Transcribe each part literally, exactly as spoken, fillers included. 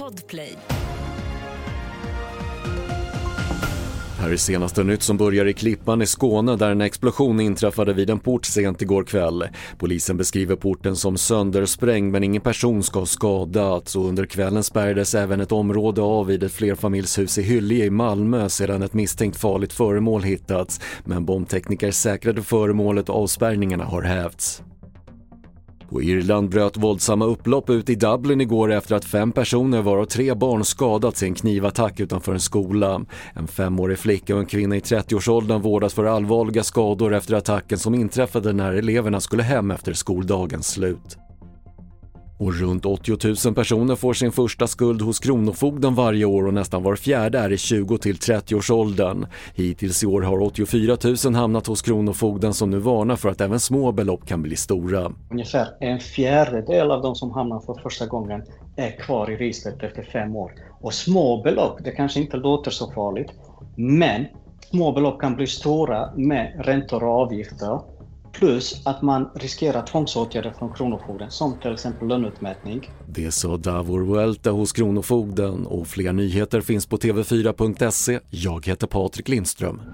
Podplay. Här är senaste nytt som börjar i Klippan i Skåne där en explosion inträffade vid en port sent igår kväll. Polisen beskriver porten som söndersprängd men ingen person ska ha skadats och under kvällen spärrades även ett område av vid ett flerfamiljshus i Hyllie i Malmö sedan ett misstänkt farligt föremål hittats. Men bombtekniker säkrade föremålet och avspärrningarna har hävts. På Irland bröt våldsamma upplopp ut i Dublin igår efter att fem personer varav tre barn skadats i en knivattack utanför en skola. En femårig flicka och en kvinna i trettioårsåldern vårdas för allvarliga skador efter attacken som inträffade när eleverna skulle hem efter skoldagens slut. Och runt åttio tusen personer får sin första skuld hos Kronofogden varje år och nästan var fjärde är i tjugo till trettio-årsåldern. Hittills i år har åttiofyra tusen hamnat hos Kronofogden som nu varnar för att även små belopp kan bli stora. Ungefär en fjärdedel av de som hamnar för första gången är kvar i registret efter fem år. Och små belopp, det kanske inte låter så farligt, men små belopp kan bli stora med räntor och avgifter. Plus att man riskerar tvångsåtgärder från Kronofogden som till exempel löneutmätning. Det sa Davor Vuelta hos Kronofogden och fler nyheter finns på t v fyra punkt se. Jag heter Patrik Lindström.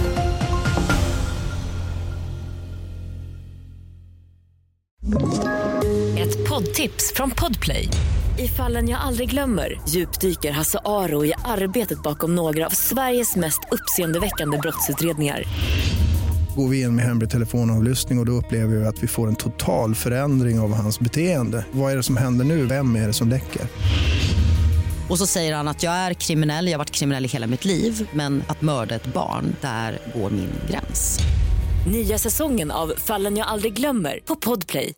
Ett poddtips från Podplay. I Fallen jag aldrig glömmer djupdyker Hasse Aro i arbetet bakom några av Sveriges mest uppseendeväckande brottsutredningar. Går vi in med hemlig telefonavlyssning och då upplever vi att vi får en total förändring av hans beteende. Vad är det som händer nu? Vem är det som läcker? Och så säger han att jag är kriminell, jag har varit kriminell i hela mitt liv. Men att mörda ett barn, där går min gräns. Nya säsongen av Fallen jag aldrig glömmer på Podplay.